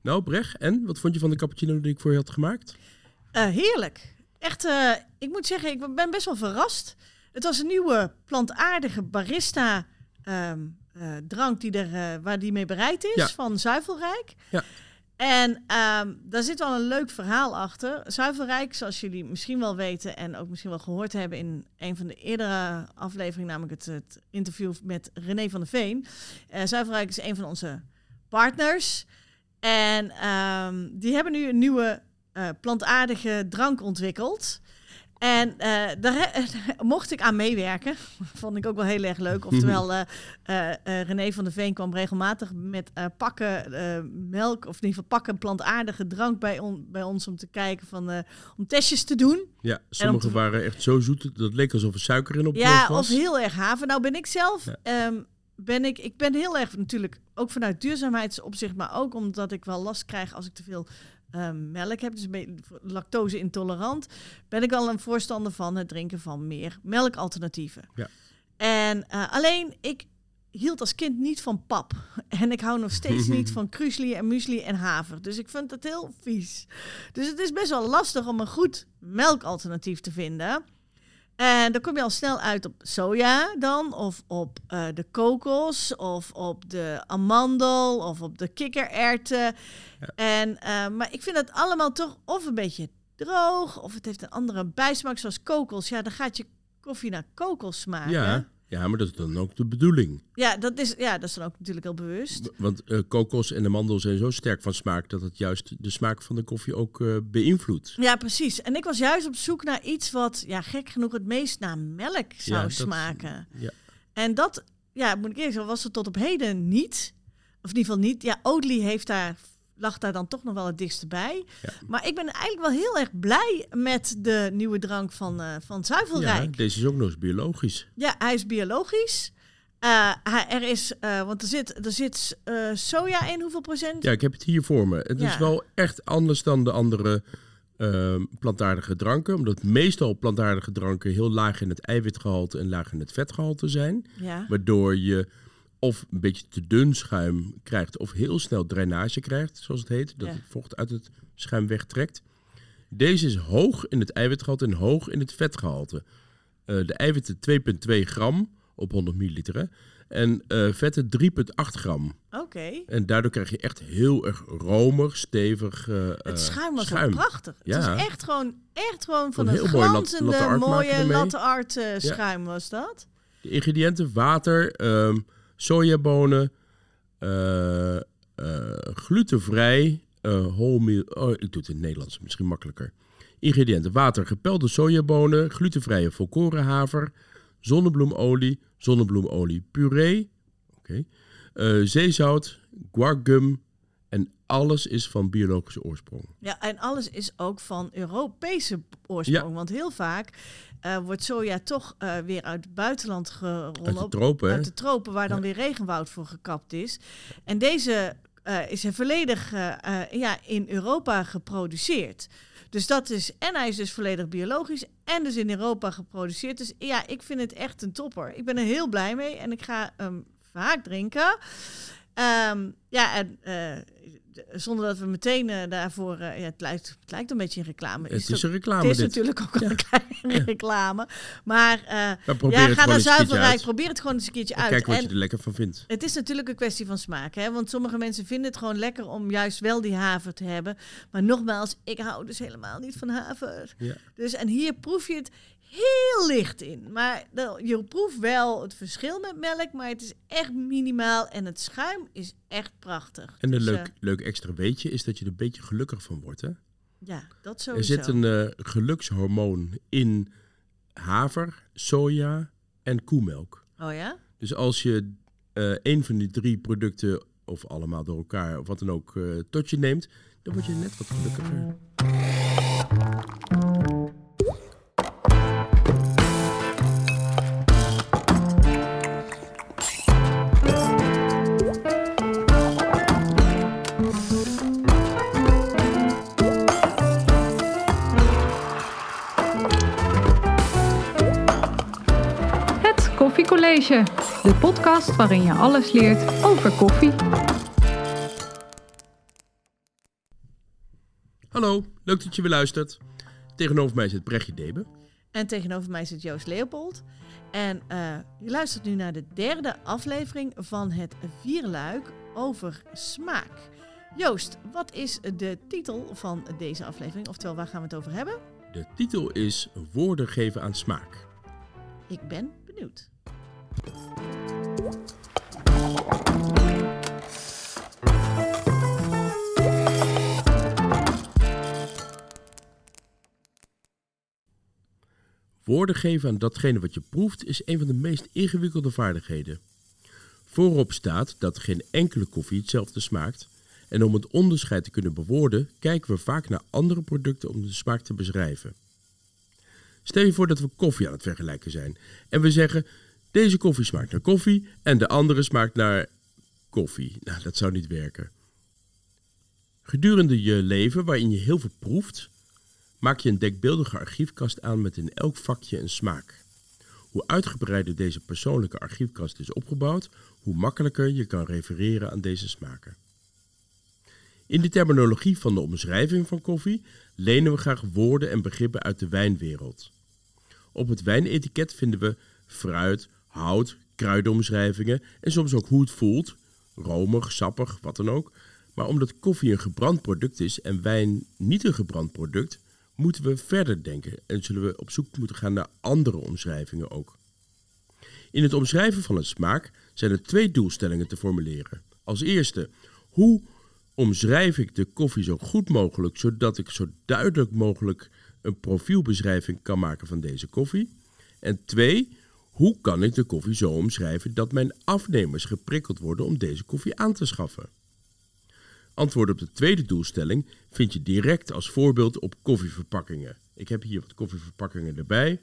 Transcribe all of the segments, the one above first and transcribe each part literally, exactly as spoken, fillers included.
Nou, Brecht, en? Wat vond je van de cappuccino die ik voor je had gemaakt? Uh, heerlijk. Echt, uh, ik moet zeggen, ik ben best wel verrast. Het was een nieuwe plantaardige barista um, uh, drank die er, uh, waar die mee bereid is, ja. van Zuivelrijk. Ja. En um, daar zit wel een leuk verhaal achter. Zuivelrijk, zoals jullie misschien wel weten en ook misschien wel gehoord hebben in een van de eerdere afleveringen, namelijk het, het interview met René van der Veen. Uh, Zuivelrijk is een van onze partners. En um, die hebben nu een nieuwe uh, plantaardige drank ontwikkeld. En uh, daar he- mocht ik aan meewerken. Vond ik ook wel heel erg leuk. Oftewel, uh, uh, uh, René van der Veen kwam regelmatig met uh, pakken uh, melk, of in ieder geval pakken plantaardige drank bij, on- bij ons om te kijken van, uh, om testjes te doen. Ja, sommige te... waren echt zo zoet, dat leek alsof er suiker in op ja, was. Of heel erg haver. Nou ben ik zelf, ja. um, ben ik, ik ben heel erg natuurlijk, ook vanuit duurzaamheidsopzicht, maar ook omdat ik wel last krijg als ik te veel Uh, melk heb, dus een beetje lactose intolerant, ben ik wel een voorstander van het drinken van meer melkalternatieven. Ja. En uh, alleen, ik hield als kind niet van pap. En ik hou nog steeds niet van krusli en muesli en haver. Dus ik vind dat heel vies. Dus het is best wel lastig om een goed melkalternatief te vinden. En dan kom je al snel uit op soja dan, of op uh, de kokos, of op de amandel, of op de kikkererwten. Ja. En, uh, maar ik vind het allemaal toch of een beetje droog, of het heeft een andere bijsmaak, zoals kokos. Ja, dan gaat je koffie naar kokos smaken. Ja, ja, maar dat is dan ook de bedoeling. Ja, dat is, ja, dat is dan ook natuurlijk heel bewust. Want uh, kokos en de mandel zijn zo sterk van smaak dat het juist de smaak van de koffie ook uh, beïnvloedt. Ja, precies. En ik was juist op zoek naar iets wat, ja, gek genoeg het meest naar melk zou ja, smaken. Dat, ja. En dat, ja, moet ik eerlijk zeggen, was er tot op heden niet. Of in ieder geval niet. Ja, Oatly heeft daar, lag daar dan toch nog wel het dichtste bij. Ja. Maar ik ben eigenlijk wel heel erg blij met de nieuwe drank van, uh, van Zuivelrijk. Ja, deze is ook nog eens biologisch. Ja, hij is biologisch. Uh, er is, uh, want er zit, er zit uh, soja in, hoeveel procent? Ja, ik heb het hier voor me. Het ja. is wel echt anders dan de andere uh, plantaardige dranken. Omdat meestal plantaardige dranken heel laag in het eiwitgehalte en laag in het vetgehalte zijn. Ja. Waardoor je of een beetje te dun schuim krijgt of heel snel drainage krijgt, zoals het heet. Dat ja. het vocht uit het schuim wegtrekt. Deze is hoog in het eiwitgehalte en hoog in het vetgehalte. Uh, de eiwitten twee komma twee gram op honderd milliliter. Hè? En uh, vetten drie komma acht gram. Oké. Okay. En daardoor krijg je echt heel erg romig, stevig uh, Het schuim was schuim. Ook prachtig. Ja. Het was echt gewoon, echt gewoon van een een glanzende, mooi latte mooie latte art uh, schuim ja. was dat. De ingrediënten: water, um, sojabonen, uh, uh, glutenvrij, uh, wholemeal. Oh, ik doe het in het Nederlands, misschien makkelijker. Ingrediënten: water, gepelde sojabonen, glutenvrije volkorenhaver, zonnebloemolie, zonnebloemolie puree, okay. uh, zeezout, guargum en alles is van biologische oorsprong. Ja, en alles is ook van Europese oorsprong, ja. want heel vaak uh, wordt soja toch uh, weer uit het buitenland gerold. Uit de tropen, Uit de tropen, waar dan ja. weer regenwoud voor gekapt is. En deze uh, is er volledig uh, uh, ja, in Europa geproduceerd. Dus dat is, en hij is dus volledig biologisch en dus in Europa geproduceerd. Dus ja, ik vind het echt een topper. Ik ben er heel blij mee en ik ga hem um, vaak drinken. Um, ja, en uh, zonder dat we meteen uh, daarvoor... Uh, ja, het, lijkt, het lijkt een beetje een reclame. Het is, is een reclame, Het is dit. natuurlijk ook ja. een kleine ja. reclame. Maar uh, ja, ga naar Zuivelrijk, probeer het gewoon eens een keertje en uit. Kijk wat en je er lekker van vindt. Het is natuurlijk een kwestie van smaak. Hè? Want sommige mensen vinden het gewoon lekker om juist wel die haver te hebben. Maar nogmaals, ik hou dus helemaal niet van haver. Ja. Dus, en hier proef je het heel licht in. Maar je proeft wel het verschil met melk, maar het is echt minimaal. En het schuim is echt prachtig. En een dus, leuk, uh, leuk extra weetje is dat je er een beetje gelukkig van wordt, hè? Ja, dat sowieso. Er zit een uh, gelukshormoon in haver, soja en koemelk. Oh ja? Dus als je uh, een van die drie producten, of allemaal door elkaar, of wat dan ook, uh, tot je neemt, dan word je net wat gelukkiger. Koffiecollege, de podcast waarin je alles leert over koffie. Hallo, leuk dat je weer luistert. Tegenover mij zit Brechtje Debe. En tegenover mij zit Joost Leopold. En uh, je luistert nu naar de derde aflevering van het vierluik over smaak. Joost, wat is de titel van deze aflevering? Oftewel, waar gaan we het over hebben? De titel is Woorden geven aan smaak. Ik ben benieuwd. Woorden geven aan datgene wat je proeft is een van de meest ingewikkelde vaardigheden. Voorop staat dat geen enkele koffie hetzelfde smaakt. En om het onderscheid te kunnen bewoorden, kijken we vaak naar andere producten om de smaak te beschrijven. Stel je voor dat we koffie aan het vergelijken zijn. En we zeggen, deze koffie smaakt naar koffie en de andere smaakt naar koffie. Nou, dat zou niet werken. Gedurende je leven, waarin je heel veel proeft, maak je een denkbeeldige archiefkast aan met in elk vakje een smaak. Hoe uitgebreider deze persoonlijke archiefkast is opgebouwd, hoe makkelijker je kan refereren aan deze smaken. In de terminologie van de omschrijving van koffie lenen we graag woorden en begrippen uit de wijnwereld. Op het wijnetiket vinden we fruit, hout, kruidenomschrijvingen en soms ook hoe het voelt, romig, sappig, wat dan ook. Maar omdat koffie een gebrand product is en wijn niet een gebrand product, moeten we verder denken en zullen we op zoek moeten gaan naar andere omschrijvingen ook. In het omschrijven van een smaak zijn er twee doelstellingen te formuleren. Als eerste, hoe omschrijf ik de koffie zo goed mogelijk, zodat ik zo duidelijk mogelijk een profielbeschrijving kan maken van deze koffie. En twee, hoe kan ik de koffie zo omschrijven dat mijn afnemers geprikkeld worden om deze koffie aan te schaffen? Antwoord op de tweede doelstelling vind je direct als voorbeeld op koffieverpakkingen. Ik heb hier wat koffieverpakkingen erbij.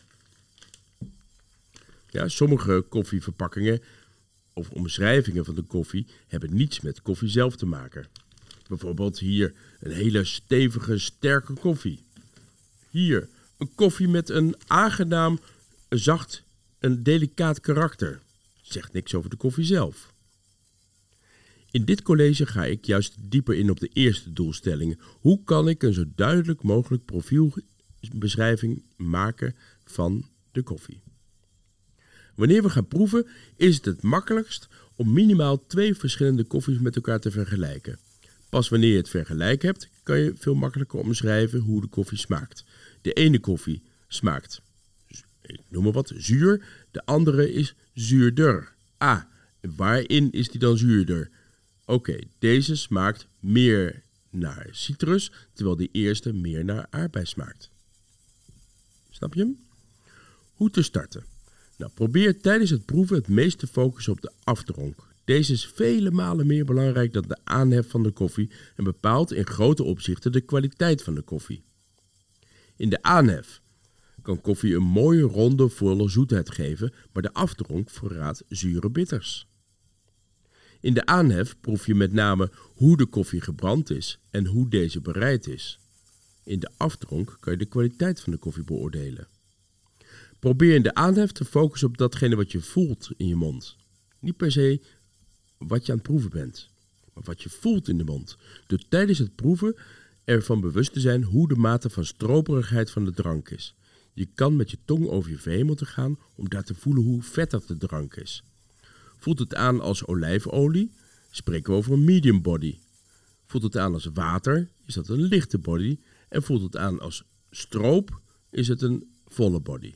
Ja, sommige koffieverpakkingen of omschrijvingen van de koffie hebben niets met koffie zelf te maken. Bijvoorbeeld hier een hele stevige, sterke koffie. Hier een koffie met een aangenaam, zacht, een delicaat karakter. Zegt niks over de koffie zelf. In dit college ga ik juist dieper in op de eerste doelstelling. Hoe kan ik een zo duidelijk mogelijk profielbeschrijving maken van de koffie? Wanneer we gaan proeven, is het het makkelijkst om minimaal twee verschillende koffies met elkaar te vergelijken. Pas wanneer je het vergelijk hebt, kan je veel makkelijker omschrijven hoe de koffie smaakt. De ene koffie smaakt, ik noem maar wat, zuur. De andere is zuurder. Ah, waarin is die dan zuurder? Oké, okay, deze smaakt meer naar citrus, terwijl de eerste meer naar aardbei smaakt. Snap je hem? Hoe te starten? Nou, probeer tijdens het proeven het meest te focussen op de afdronk. Deze is vele malen meer belangrijk dan de aanhef van de koffie en bepaalt in grote opzichten de kwaliteit van de koffie. In de aanhef kan koffie een mooie, ronde, volle zoetheid geven, maar de afdronk verraadt zure bitters. In de aanhef proef je met name hoe de koffie gebrand is en hoe deze bereid is. In de afdronk kan je de kwaliteit van de koffie beoordelen. Probeer in de aanhef te focussen op datgene wat je voelt in je mond. Niet per se wat je aan het proeven bent, maar wat je voelt in de mond. Door tijdens het proeven ervan bewust te zijn hoe de mate van stroperigheid van de drank is. Je kan met je tong over je verhemelte gaan om daar te voelen hoe vettig de drank is. Voelt het aan als olijfolie, spreken we over een medium body. Voelt het aan als water, is dat een lichte body. En voelt het aan als stroop, is het een volle body.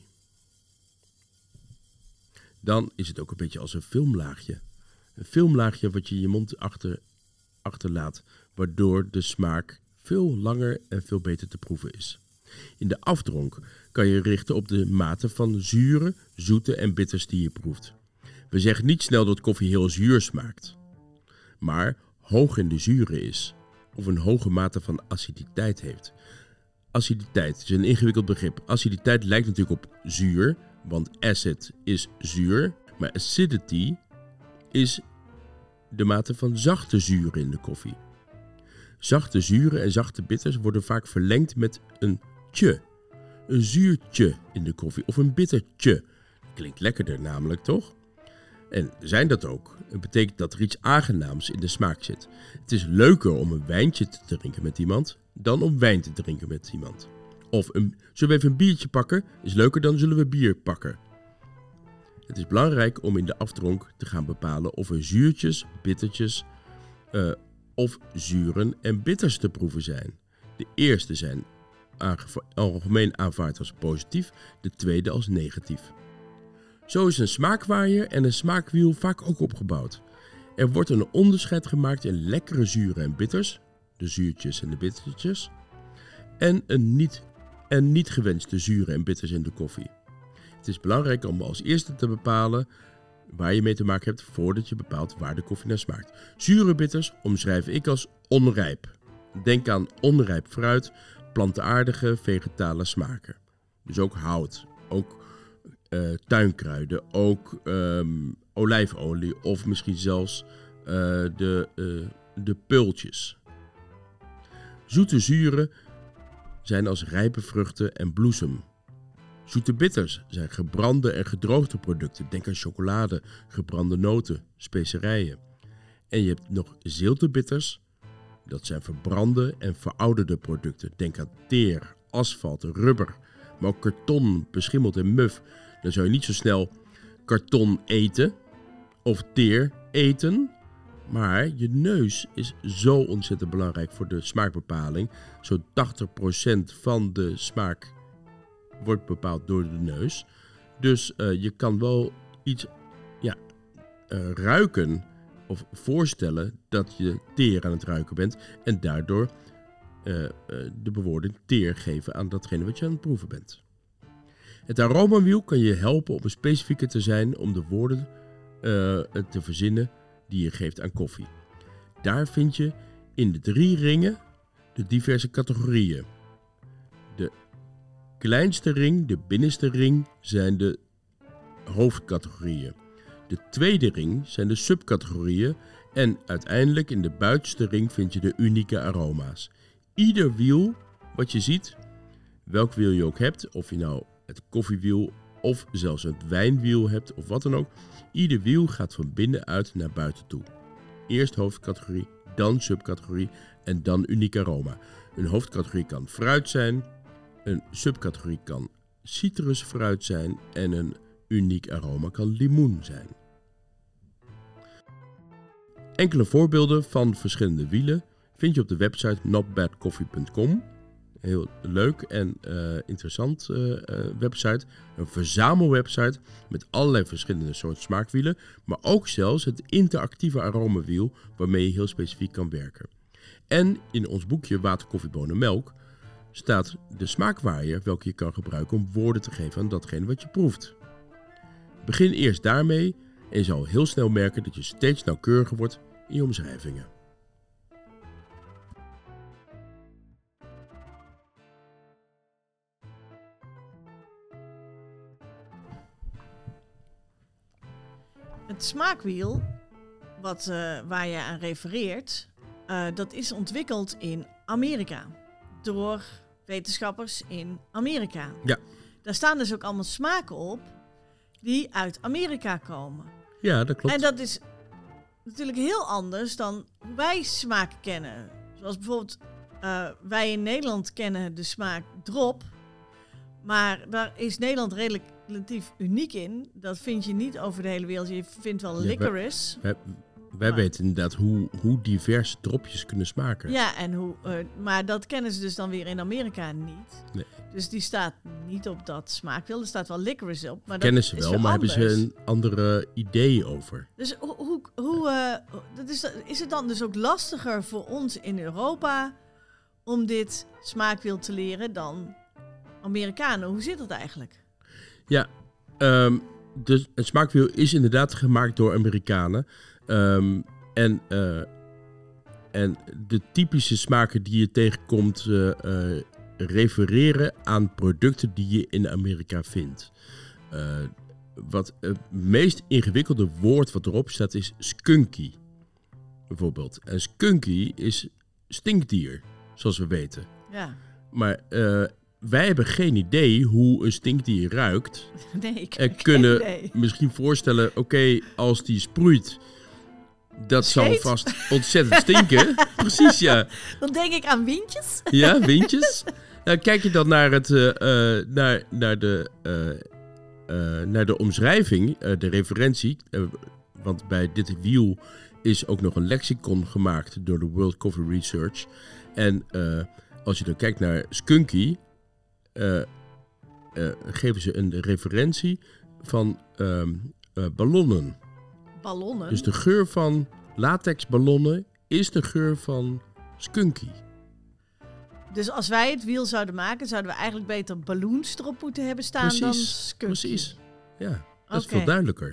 Dan is het ook een beetje als een filmlaagje. Een filmlaagje wat je in je mond achter, achterlaat, waardoor de smaak veel langer en veel beter te proeven is. In de afdronk kan je richten op de mate van zure, zoete en bitters die je proeft. We zeggen niet snel dat koffie heel zuur smaakt, maar hoog in de zure is of een hoge mate van aciditeit heeft. Aciditeit is een ingewikkeld begrip. Aciditeit lijkt natuurlijk op zuur, want acid is zuur, maar acidity is de mate van zachte zuren in de koffie. Zachte zuren en zachte bitters worden vaak verlengd met een tje, een zuurtje in de koffie of een bittertje. Klinkt lekkerder namelijk, toch? En zijn dat ook. Het betekent dat er iets aangenaams in de smaak zit. Het is leuker om een wijntje te drinken met iemand dan om wijn te drinken met iemand. Of een, zullen we even een biertje pakken? Is leuker dan zullen we bier pakken. Het is belangrijk om in de afdronk te gaan bepalen of er zuurtjes, bittertjes uh, of zuren en bitters te proeven zijn. De eerste zijn aangeva- algemeen aanvaard als positief, de tweede als negatief. Zo is een smaakwaaier en een smaakwiel vaak ook opgebouwd. Er wordt een onderscheid gemaakt in lekkere zuren en bitters, de zuurtjes en de bittertjes, en een niet, en niet gewenste zuren en bitters in de koffie. Het is belangrijk om als eerste te bepalen waar je mee te maken hebt voordat je bepaalt waar de koffie naar smaakt. Zure bitters omschrijf ik als onrijp. Denk aan onrijp fruit, plantaardige vegetale smaken. Dus ook hout, ook uh, tuinkruiden, ook um, olijfolie of misschien zelfs uh, de, uh, de peultjes. Zoete zuren zijn als rijpe vruchten en bloesem. Zoete bitters zijn gebrande en gedroogde producten. Denk aan chocolade, gebrande noten, specerijen. En je hebt nog zilte bitters. Dat zijn verbrande en verouderde producten. Denk aan teer, asfalt, rubber, maar ook karton, beschimmeld en muf. Dan zou je niet zo snel karton eten of teer eten. Maar je neus is zo ontzettend belangrijk voor de smaakbepaling. Zo'n tachtig procent van de smaak wordt bepaald door de neus. Dus uh, je kan wel iets ja, uh, ruiken of voorstellen dat je teer aan het ruiken bent. En daardoor uh, uh, de bewoording teer geven aan datgene wat je aan het proeven bent. Het aromawiel kan je helpen om specifieker te zijn om de woorden uh, te verzinnen die je geeft aan koffie. Daar vind je in de drie ringen de diverse categorieën. De kleinste ring, de binnenste ring, zijn de hoofdcategorieën. De tweede ring zijn de subcategorieën en uiteindelijk in de buitenste ring vind je de unieke aroma's. Ieder wiel wat je ziet, welk wiel je ook hebt, of je nou het koffiewiel of zelfs het wijnwiel hebt of wat dan ook, ieder wiel gaat van binnenuit naar buiten toe. Eerst hoofdcategorie, dan subcategorie en dan uniek aroma. Een hoofdcategorie kan fruit zijn, een subcategorie kan citrusfruit zijn en een uniek aroma kan limoen zijn. Enkele voorbeelden van verschillende wielen vind je op de website not bad coffee punt com. Heel leuk en uh, interessant uh, uh, website. Een verzamelwebsite met allerlei verschillende soorten smaakwielen. Maar ook zelfs het interactieve aromawiel waarmee je heel specifiek kan werken. En in ons boekje Water, koffie, bonen, melk staat de smaakwaaier welke je kan gebruiken om woorden te geven aan datgene wat je proeft. Begin eerst daarmee en je zal heel snel merken dat je steeds nauwkeuriger wordt in je omschrijvingen. Het smaakwiel, wat, uh, waar je aan refereert, uh, dat is ontwikkeld in Amerika. Door wetenschappers in Amerika. Ja. Daar staan dus ook allemaal smaken op die uit Amerika komen. Ja, dat klopt. En dat is natuurlijk heel anders dan hoe wij smaken kennen. Zoals bijvoorbeeld uh, wij in Nederland kennen de smaak drop. Maar daar is Nederland redelijk relatief uniek in. Dat vind je niet over de hele wereld. Je vindt wel ja, licorice. Wij, wij, wij maar, weten inderdaad hoe, hoe divers dropjes kunnen smaken. Ja, en hoe, uh, maar dat kennen ze dus dan weer in Amerika niet. Nee. Dus die staat niet op dat smaakwiel. Er staat wel licorice op. Maar kennen dat ze is wel, maar anders. hebben ze een andere idee over. Dus hoe, hoe, hoe uh, dat is, is het dan dus ook lastiger voor ons in Europa om dit smaakwiel te leren dan Amerikanen? Hoe zit dat eigenlijk? Ja, um, dus het smaakwiel is inderdaad gemaakt door Amerikanen. Um, en, uh, en de typische smaken die je tegenkomt uh, uh, refereren aan producten die je in Amerika vindt. Uh, wat het meest ingewikkelde woord wat erop staat is skunky. Bijvoorbeeld. En skunky is stinkdier, zoals we weten. Ja. Maar uh, wij hebben geen idee hoe een stinkdier ruikt. Nee, ik en heb kunnen geen idee. misschien voorstellen, oké, okay, als die sproeit, Dat zal Scheet? vast ontzettend stinken. Precies, ja. Dan denk ik aan windjes. Ja, windjes. Nou, kijk je dan naar, het, uh, uh, naar, naar, de, uh, uh, naar de omschrijving, uh, de referentie. Uh, want bij dit wiel is ook nog een lexicon gemaakt door de World Coffee Research. En uh, als je dan kijkt naar Skunky, uh, uh, geven ze een referentie van um, uh, ballonnen. Ballonnen? Dus de geur van latexballonnen is de geur van Skunky. Dus als wij het wiel zouden maken, zouden we eigenlijk beter balloons erop moeten hebben staan precies, dan Skunky. Precies, ja. Dat okay. is veel duidelijker.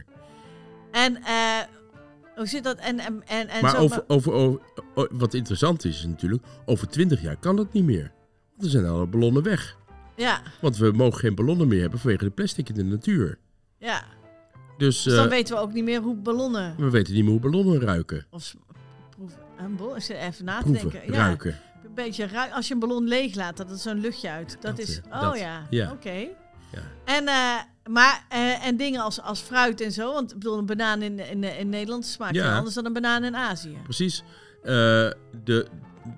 En uh, hoe zit dat? En, en, en, en maar zo, over, over, over, over, wat interessant is, is natuurlijk, over twintig jaar kan dat niet meer. Want er zijn alle ballonnen weg. Ja. Want we mogen geen ballonnen meer hebben vanwege de plastic in de natuur. Ja. Dus, dus dan uh, weten we ook niet meer hoe ballonnen... We weten niet meer hoe ballonnen ruiken. Of proeven. Een bol, ik zit even na te Proeven, denken. ruiken. Ja, een beetje ruik. Als je een ballon leeg laat, dat is zo'n luchtje uit. Dat, dat is... Oh dat, ja, ja. oké. Okay. Ja. En, uh, maar, uh, en dingen als, als fruit en zo. Want ik bedoel, een banaan in, in, in Nederland smaakt ja. anders dan een banaan in Azië. Precies. Uh, de,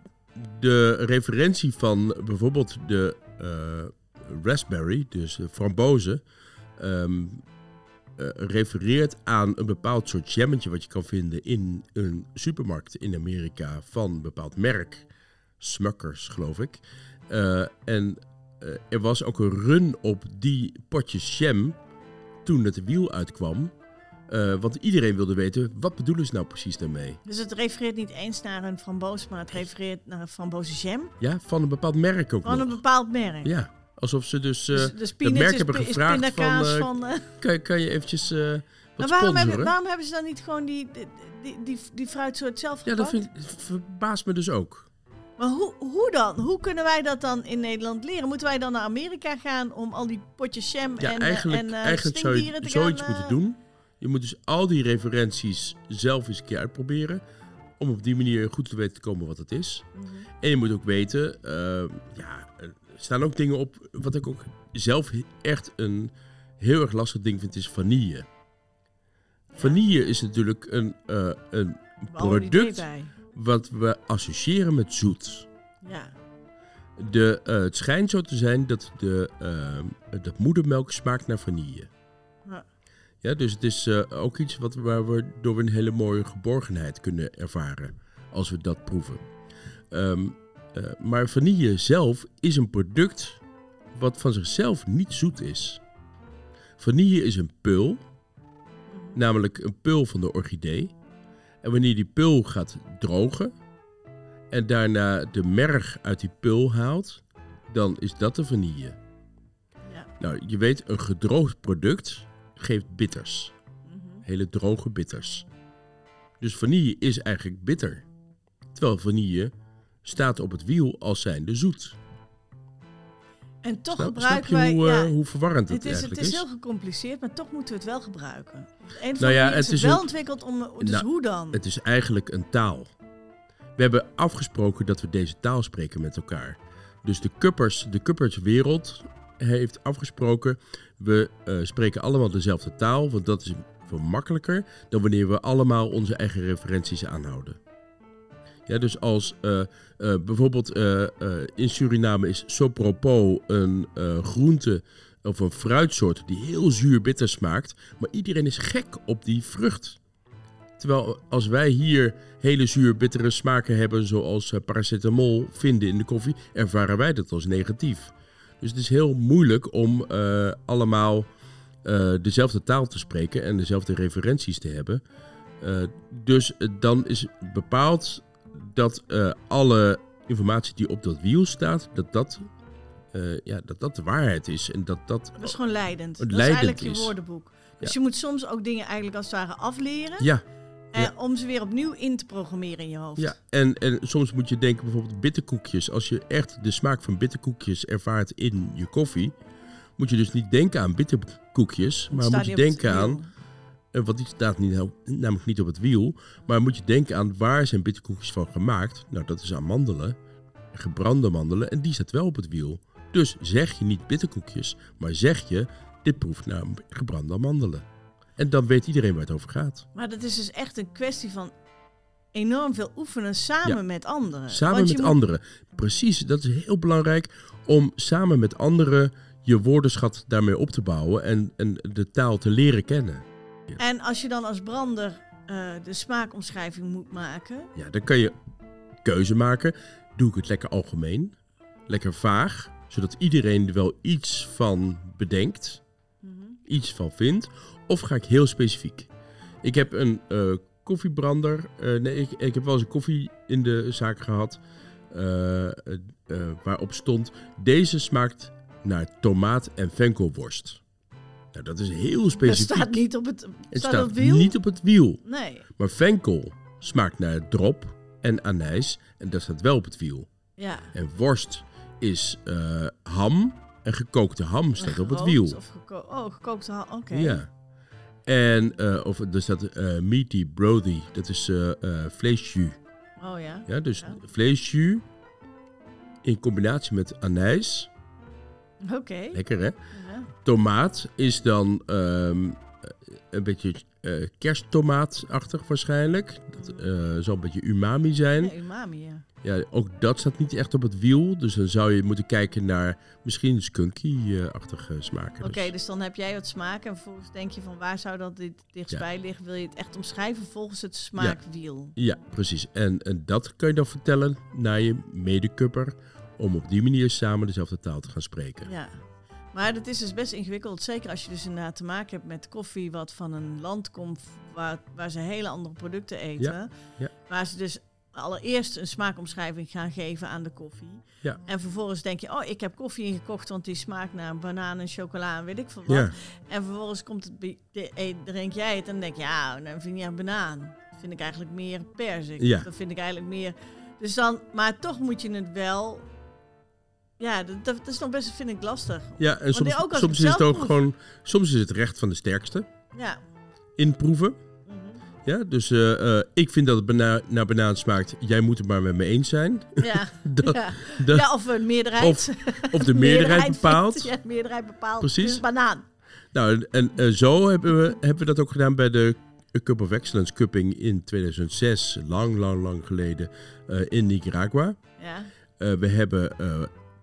de referentie van bijvoorbeeld de uh, raspberry, dus de frambozen, um, uh, refereert aan een bepaald soort jammetje wat je kan vinden in een supermarkt in Amerika van een bepaald merk. Smuckers, geloof ik. Uh, en uh, er was ook een run op die potjes jam toen het wiel uitkwam. Uh, want iedereen wilde weten, wat bedoelen ze nou precies daarmee? Dus het refereert niet eens naar een framboos, maar het refereert naar een frambozenjam? Ja, van een bepaald merk ook Van nog. een bepaald merk? Ja, alsof ze dus, uh, dus, dus het merk hebben is, gevraagd is van, uh, van uh... kan, kan je eventjes uh, wat maar waarom sponsoren? hebben, waarom hebben ze dan niet gewoon die, die, die, die, die fruitsoort zelf gepakt? Ja, dat vind, verbaast me dus ook. Maar hoe, hoe dan? Hoe kunnen wij dat dan in Nederland leren? Moeten wij dan naar Amerika gaan om al die potjes jam ja, en, eigenlijk, en uh, eigenlijk zou je te zoiets gaan, uh... moeten doen. Je moet dus al die referenties zelf eens een keer uitproberen. Om op die manier goed te weten te komen wat het is. Mm-hmm. En je moet ook weten, uh, ja, er staan ook dingen op, wat ik ook zelf echt een heel erg lastig ding vind, is vanille. Ja. Vanille is natuurlijk een, uh, een product wat we associëren met zoet. Ja. De, uh, het schijnt zo te zijn dat de, uh, de moedermelk smaakt naar vanille. Ja. Ja, dus het is uh, ook iets wat, waar we door een hele mooie geborgenheid kunnen ervaren als we dat proeven. Um, uh, maar vanille zelf is een product wat van zichzelf niet zoet is. Vanille is een pul, namelijk een pul van de orchidee. En wanneer die pul gaat drogen en daarna de merg uit die pul haalt, dan is dat de vanille. Ja. Nou, je weet, een gedroogd product geeft bitters. Mm-hmm. Hele droge bitters. Dus vanille is eigenlijk bitter. Terwijl vanille staat op het wiel als zijnde zoet. En toch snap, gebruiken snap je wij... hoe, ja, uh, hoe verwarrend het, het is. eigenlijk Het is is? heel gecompliceerd, maar toch moeten we het wel gebruiken. Op de een of nou ja, andere het is is het wel een, ontwikkeld om... Dus nou, hoe dan? Het is eigenlijk een taal. We hebben afgesproken dat we deze taal spreken met elkaar. Dus de Cuppers, de Cupperswereld heeft afgesproken, we uh, spreken allemaal dezelfde taal, want dat is veel makkelijker dan wanneer we allemaal onze eigen referenties aanhouden. Ja, dus als uh, uh, bijvoorbeeld uh, uh, in Suriname is sopropo een uh, groente of een fruitsoort die heel zuur bitter smaakt, maar iedereen is gek op die vrucht. Terwijl als wij hier hele zuur bittere smaken hebben, zoals uh, paracetamol vinden in de koffie, ervaren wij dat als negatief. Dus het is heel moeilijk om uh, allemaal uh, dezelfde taal te spreken en dezelfde referenties te hebben. Uh, dus uh, dan is bepaald dat uh, alle informatie die op dat wiel staat, dat dat, uh, ja, dat, dat de waarheid is. En dat, dat, dat is gewoon leidend. Dat is eigenlijk je is. woordenboek. Dus ja. je moet soms ook dingen eigenlijk als het ware afleren. Ja. En ja. om ze weer opnieuw in te programmeren in je hoofd. Ja, en, en soms moet je denken bijvoorbeeld bitterkoekjes. Als je echt de smaak van bitterkoekjes ervaart in je koffie, moet je dus niet denken aan bitterkoekjes, maar moet je denken aan, want die staat niet, namelijk niet op het wiel, maar moet je denken aan waar zijn bitterkoekjes van gemaakt. Nou, dat is amandelen, gebrande amandelen, en die staat wel op het wiel. Dus zeg je niet bitterkoekjes, maar zeg je, dit proeft naar gebrande amandelen. En dan weet iedereen waar het over gaat. Maar dat is dus echt een kwestie van enorm veel oefenen samen Ja. met anderen. Samen Want met je moet- anderen. Precies, dat is heel belangrijk om samen met anderen je woordenschat daarmee op te bouwen en, en de taal te leren kennen. En als je dan als brander uh, de smaakomschrijving moet maken. Ja, dan kan je keuze maken. Doe ik het lekker algemeen, lekker vaag, zodat iedereen er wel iets van bedenkt, Mm-hmm. iets van vindt, of ga ik heel specifiek? Ik heb een uh, koffiebrander, uh, nee, ik, ik heb wel eens een koffie in de zaak gehad, uh, uh, uh, waarop stond, deze smaakt naar tomaat en venkelworst. Nou, dat is heel specifiek. Dat staat niet op het, het staat staat op het wiel? niet op het wiel. Nee. Maar venkel smaakt naar drop en anijs en dat staat wel op het wiel. Ja. En worst is uh, ham en gekookte ham staat En op het gerookt wiel. Of geko- oh, gekookte ham, oké. Okay. Ja. En uh, of er staat uh, meaty brothy, dat is uh, uh, vleesjus. Oh ja. Ja, dus Ja. vleesjus in combinatie met anijs. Oké. Okay. Lekker hè? Ja. Tomaat is dan um, een beetje uh, kersttomaatachtig waarschijnlijk. Dat uh, zal een beetje umami zijn. Ja, umami, ja. Ja, ook dat staat niet echt op het wiel. Dus dan zou je moeten kijken naar misschien skunky-achtige smaken. Oké, dus. dus dan heb jij wat smaak en vervolgens denk je van waar zou dat dit dichtstbij ja. liggen? Wil je het echt omschrijven volgens het smaakwiel? Ja, ja precies. En, en dat kan je dan vertellen naar je medekupper om op die manier samen dezelfde taal te gaan spreken. Ja, maar dat is dus best ingewikkeld. Zeker als je dus inderdaad te maken hebt met koffie wat van een land komt waar, waar ze hele andere producten eten. Ja. Ja. Waar ze dus allereerst een smaakomschrijving gaan geven aan de koffie. Ja. En vervolgens denk je, oh, ik heb koffie ingekocht, want die smaakt naar banaan en chocola en weet ik veel wat. Ja. En vervolgens komt het, bij, de, de, drink jij het en dan denk je, ja, dan vind je een banaan. Dat vind ik eigenlijk meer perzik. Ja. Dat vind ik eigenlijk meer... Dus dan, maar toch moet je het wel... Ja, dat, dat is nog best, vind ik, lastig. Ja, en soms, ook als soms ik is het zelf ook proef. gewoon... Soms is het recht van de sterkste. Ja. Inproeven. Ja, dus uh, uh, ik vind dat het bana- naar banaan smaakt. Jij moet het maar met me eens zijn. Ja, dat, ja. dat, ja of een meerderheid. Of, of de meerderheid bepaalt. Vindt, ja, de meerderheid bepaalt. Precies. Dus banaan. Nou, en uh, zo hebben we, hebben we dat ook gedaan bij de Cup of Excellence Cupping in tweeduizend zes. Lang, lang, lang geleden uh, in Nicaragua. Ja. Uh, we hebben... Uh,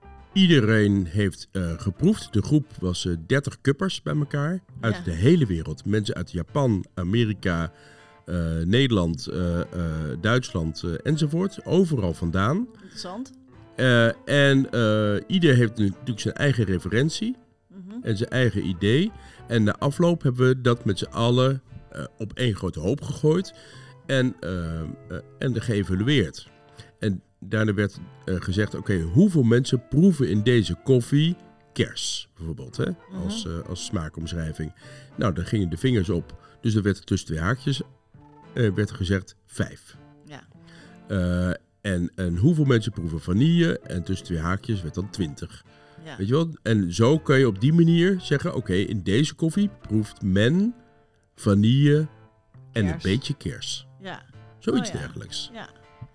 Iedereen heeft uh, geproefd. De groep was uh, dertig kuppers bij elkaar. Uit Ja. de hele wereld. Mensen uit Japan, Amerika, uh, Nederland, uh, uh, Duitsland uh, enzovoort. Overal vandaan. Interessant. Uh, en uh, ieder heeft natuurlijk zijn eigen referentie. Mm-hmm. En zijn eigen idee. En na afloop hebben we dat met z'n allen uh, op één grote hoop gegooid. En, uh, uh, en geëvalueerd. En daarna werd uh, gezegd, oké, okay, hoeveel mensen proeven in deze koffie kers, bijvoorbeeld, hè? Mm-hmm. Als, uh, als smaakomschrijving. Nou, daar gingen de vingers op. Dus er werd tussen twee haakjes uh, werd gezegd vijf. Ja. Uh, en, en hoeveel mensen proeven vanille? En tussen twee haakjes werd dan twintig. Ja. Weet je wel? En zo kun je op die manier zeggen, oké, okay, in deze koffie proeft men vanille en Kers. een beetje kers. Ja. Zoiets Oh, ja. dergelijks. Ja.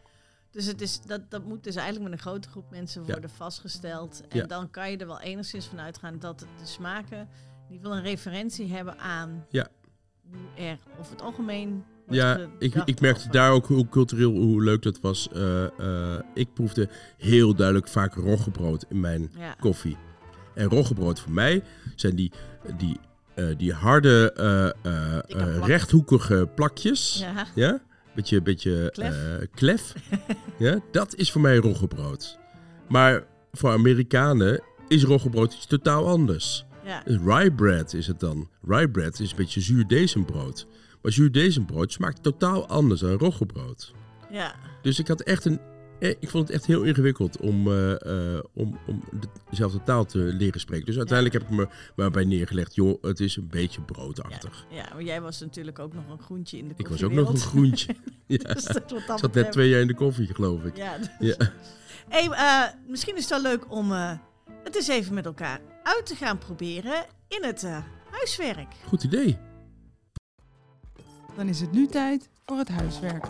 Dus het is, dat, dat moet dus eigenlijk met een grote groep mensen worden ja. vastgesteld. En ja. dan kan je er wel enigszins van uitgaan dat de smaken in ieder geval een referentie hebben aan ja. hoe er over het algemeen Ja, ik, ik merkte over. daar ook hoe cultureel, hoe leuk dat was. Uh, uh, ik proefde heel duidelijk vaak roggebrood in mijn ja. koffie. En roggebrood voor mij zijn die, die, uh, die harde, uh, uh, uh, rechthoekige plakjes. Ja. Ja? Beetje, beetje klef. Uh, klef. Ja, dat is voor mij roggebrood. Maar voor Amerikanen is roggebrood iets totaal anders. Ja. Rye bread is het dan. Rye bread is een beetje zuurdesembrood. Maar zuurdesembrood smaakt totaal anders dan roggebrood. Ja. Dus ik had echt een... Ik vond het echt heel ingewikkeld om, uh, uh, om, om dezelfde taal te leren spreken. Dus uiteindelijk ja. heb ik me maar bij neergelegd, joh, het is een beetje broodachtig. Ja, ja, maar jij was natuurlijk ook nog een groentje in de koffie. Ik was ook nog een groentje. Ja. Dus dat ik zat net twee jaar in de koffie, geloof ik. Ja. Dus. ja. Hey, uh, misschien is het wel leuk om uh, het eens even met elkaar uit te gaan proberen in het uh, huiswerk. Goed idee. Dan is het nu tijd voor het huiswerk.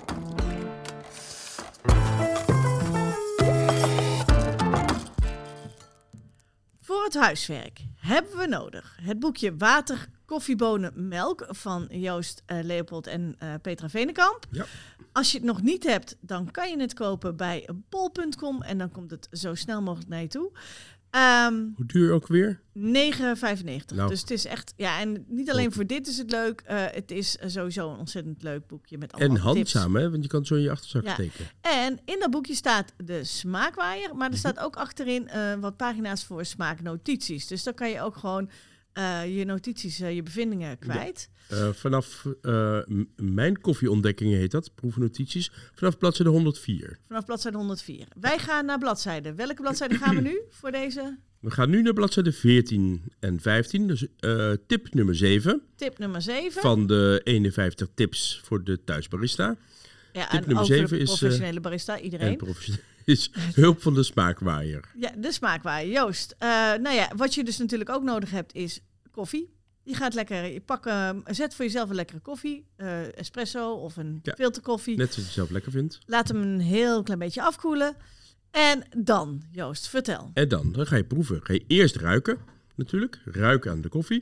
Voor het huiswerk hebben we nodig het boekje Water koffiebonenmelk van Joost uh, Leopold en uh, Petra Venekamp. Ja. Als je het nog niet hebt, dan kan je het kopen bij bol punt com en dan komt het zo snel mogelijk naar je toe. Um, Hoe duur ook weer? negen vijfennegentig. Nou. Dus het is echt... Ja, en niet alleen Ook. voor dit is het leuk. Uh, het is sowieso een ontzettend leuk boekje met allemaal En handzaam, tips. hè? Want je kan het zo in je achterzak Ja. steken. En in dat boekje staat de smaakwaaier. Maar er Mhm. staat ook achterin uh, wat pagina's voor smaaknotities. Dus dan kan je ook gewoon uh, je notities, uh, je bevindingen kwijt. Uh, vanaf uh, m- mijn koffieontdekkingen heet dat, proefnotities, vanaf bladzijde honderdvier. Vanaf bladzijde honderdvier. Wij gaan naar bladzijde. Welke bladzijde gaan we nu voor deze We gaan nu naar bladzijde veertien en vijftien. Dus uh, tip nummer zeven tip nummer zeven? van de eenenvijftig tips voor de thuisbarista. ja, tip en nummer over zeven de is, uh, professionele barista, En iedereen. professioneel is hulp van de smaakwaaier. Ja, de smaakwaaier. Joost, uh, nou ja, wat je dus natuurlijk ook nodig hebt is koffie. Je gaat lekker, je pak, uh, zet voor jezelf een lekkere koffie, uh, espresso of een Ja. filterkoffie. Net zoals je zelf lekker vindt. Laat hem een heel klein beetje afkoelen. En dan, Joost, vertel. En dan, dan ga je proeven. Ga je eerst ruiken, natuurlijk. Ruiken aan de koffie.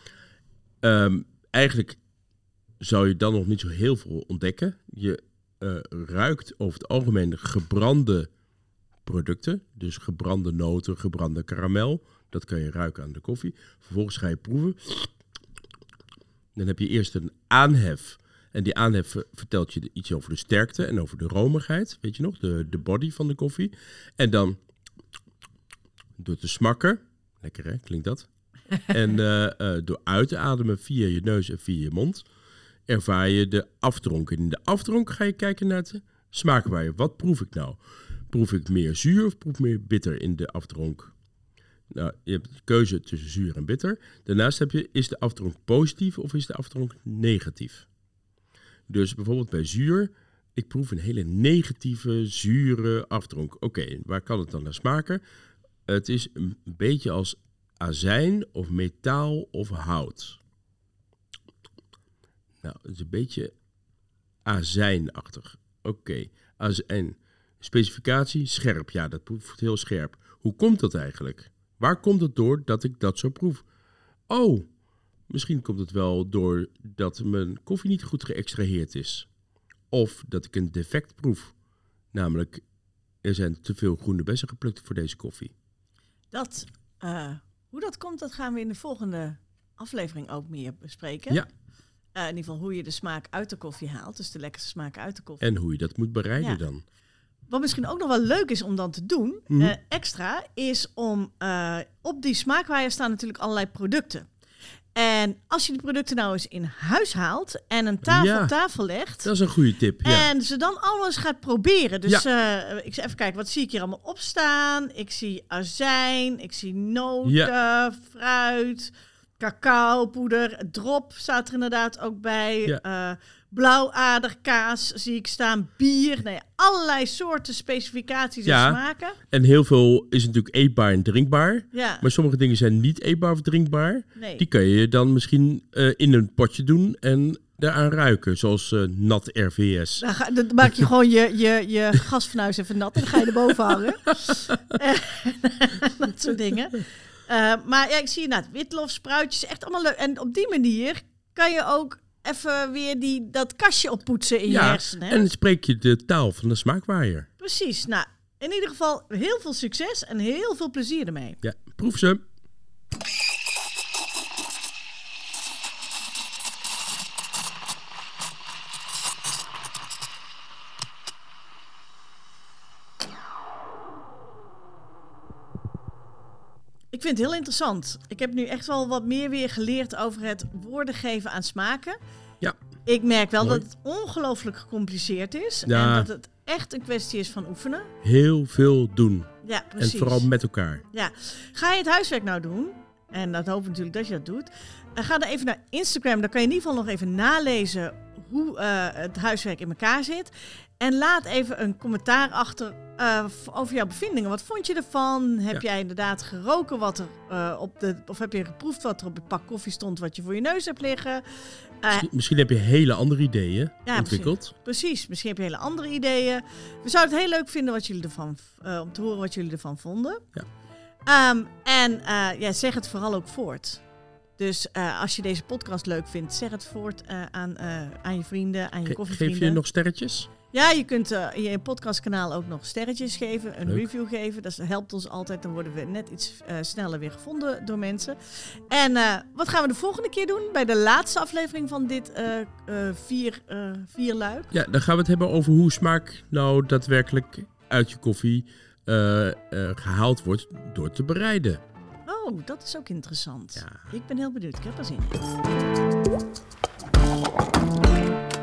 Um, eigenlijk zou je dan nog niet zo heel veel ontdekken. Je uh, ruikt over het algemeen gebrande producten. Dus gebrande noten, gebrande karamel. Dat kan je ruiken aan de koffie. Vervolgens ga je proeven. Dan heb je eerst een aanhef. En die aanhef vertelt je iets over de sterkte en over de romigheid. Weet je nog? De, de body van de koffie. En dan door te smakken. Lekker hè, klinkt dat? En uh, uh, door uit te ademen via je neus en via je mond ervaar je de aftronk. En in de aftronk ga je kijken naar het smaakwaaier. Wat proef ik nou? Proef ik meer zuur of proef ik meer bitter in de aftronk? Nou, je hebt de keuze tussen zuur en bitter. Daarnaast heb je, is de aftronk positief of is de aftronk negatief? Dus bijvoorbeeld bij zuur, ik proef een hele negatieve, zure aftronk. Oké, okay, waar kan het dan naar smaken? Het is een beetje als azijn of metaal of hout. Nou, het is een beetje azijnachtig. Oké, okay. Azijn. Specificatie, scherp. Ja, dat proeft heel scherp. Hoe komt dat eigenlijk? Waar komt het door dat ik dat zo proef? Oh, misschien komt het wel door dat mijn koffie niet goed geëxtraheerd is. Of dat ik een defect proef. Namelijk, er zijn te veel groene bessen geplukt voor deze koffie. Dat, uh, hoe dat komt, dat gaan we in de volgende aflevering ook meer bespreken. Ja. Uh, in ieder geval hoe je de smaak uit de koffie haalt. Dus de lekkerste smaak uit de koffie. En hoe je dat moet bereiden Ja. dan. Wat misschien ook nog wel leuk is om dan te doen, Mm-hmm. uh, extra, is om uh, op die smaakwaaier staan natuurlijk allerlei producten. En als je die producten nou eens in huis haalt en een tafel Ja. op tafel legt. Dat is een goede tip. Ja. En ze dan alles gaat proberen. Dus uh, ik zal even kijken, wat zie ik hier allemaal op staan? Ik zie azijn, ik zie noten, Ja. fruit, cacaopoeder, drop staat er inderdaad ook bij. Ja. Uh, blauwaderkaas zie ik staan, bier. Nee, allerlei soorten specificaties Ja. en smaken. En heel veel is natuurlijk eetbaar en drinkbaar. Ja, Maar sommige dingen zijn niet eetbaar of drinkbaar. nee. Die kan je dan misschien uh, in een potje doen en daaraan ruiken. Zoals uh, nat R V S. Dan, ga, dan maak je gewoon je, je, je gasfornuis even nat en dan ga je erboven hangen. Dat soort dingen. Uh, maar ja, ik zie inderdaad witlof, spruitjes, echt allemaal leuk. En op die manier kan je ook even weer die, dat kastje oppoetsen in je Ja, hersenen. Hè? en dan spreek je de taal van de smaakwaaier. Precies. Nou, in ieder geval heel veel succes en heel veel plezier ermee. Ja, proef ze. Ik vind het heel interessant. Ik heb nu echt wel wat meer weer geleerd over het woorden geven aan smaken. Ja. Ik merk wel Mooi. dat het ongelooflijk gecompliceerd is. Ja. En dat het echt een kwestie is van oefenen. Heel veel doen. Ja, precies. En vooral met elkaar. Ja. Ga je het huiswerk nou doen? En dat hoop ik natuurlijk dat je dat doet. Uh, ga dan even naar Instagram. Dan kan je in ieder geval nog even nalezen hoe uh, het huiswerk in elkaar zit. En laat even een commentaar achter uh, over jouw bevindingen. Wat vond je ervan? Heb Ja. jij inderdaad geroken wat er uh, op de... Of heb je geproefd wat er op het pak koffie stond wat je voor je neus hebt liggen? Uh, Misschien, misschien heb je hele andere ideeën Ja, ontwikkeld. Precies, misschien heb je hele andere ideeën. We zouden het heel leuk vinden wat jullie ervan, uh, om te horen wat jullie ervan vonden. Ja. Um, en uh, ja, zeg het vooral ook voort. Dus uh, als je deze podcast leuk vindt, zeg het voort uh, aan, uh, aan je vrienden, aan je Ge- koffievrienden. Geef je nog sterretjes? Ja, je kunt uh, in je podcastkanaal ook nog sterretjes geven, een Leuk. review geven. Dat helpt ons altijd. Dan worden we net iets uh, sneller weer gevonden door mensen. En uh, wat gaan we de volgende keer doen? Bij de laatste aflevering van dit uh, uh, vier, uh, vier luik. Ja, dan gaan we het hebben over hoe smaak nou daadwerkelijk uit je koffie uh, uh, gehaald wordt door te bereiden. Oh, dat is ook interessant. Ja. Ik ben heel benieuwd. Ik heb er zin in.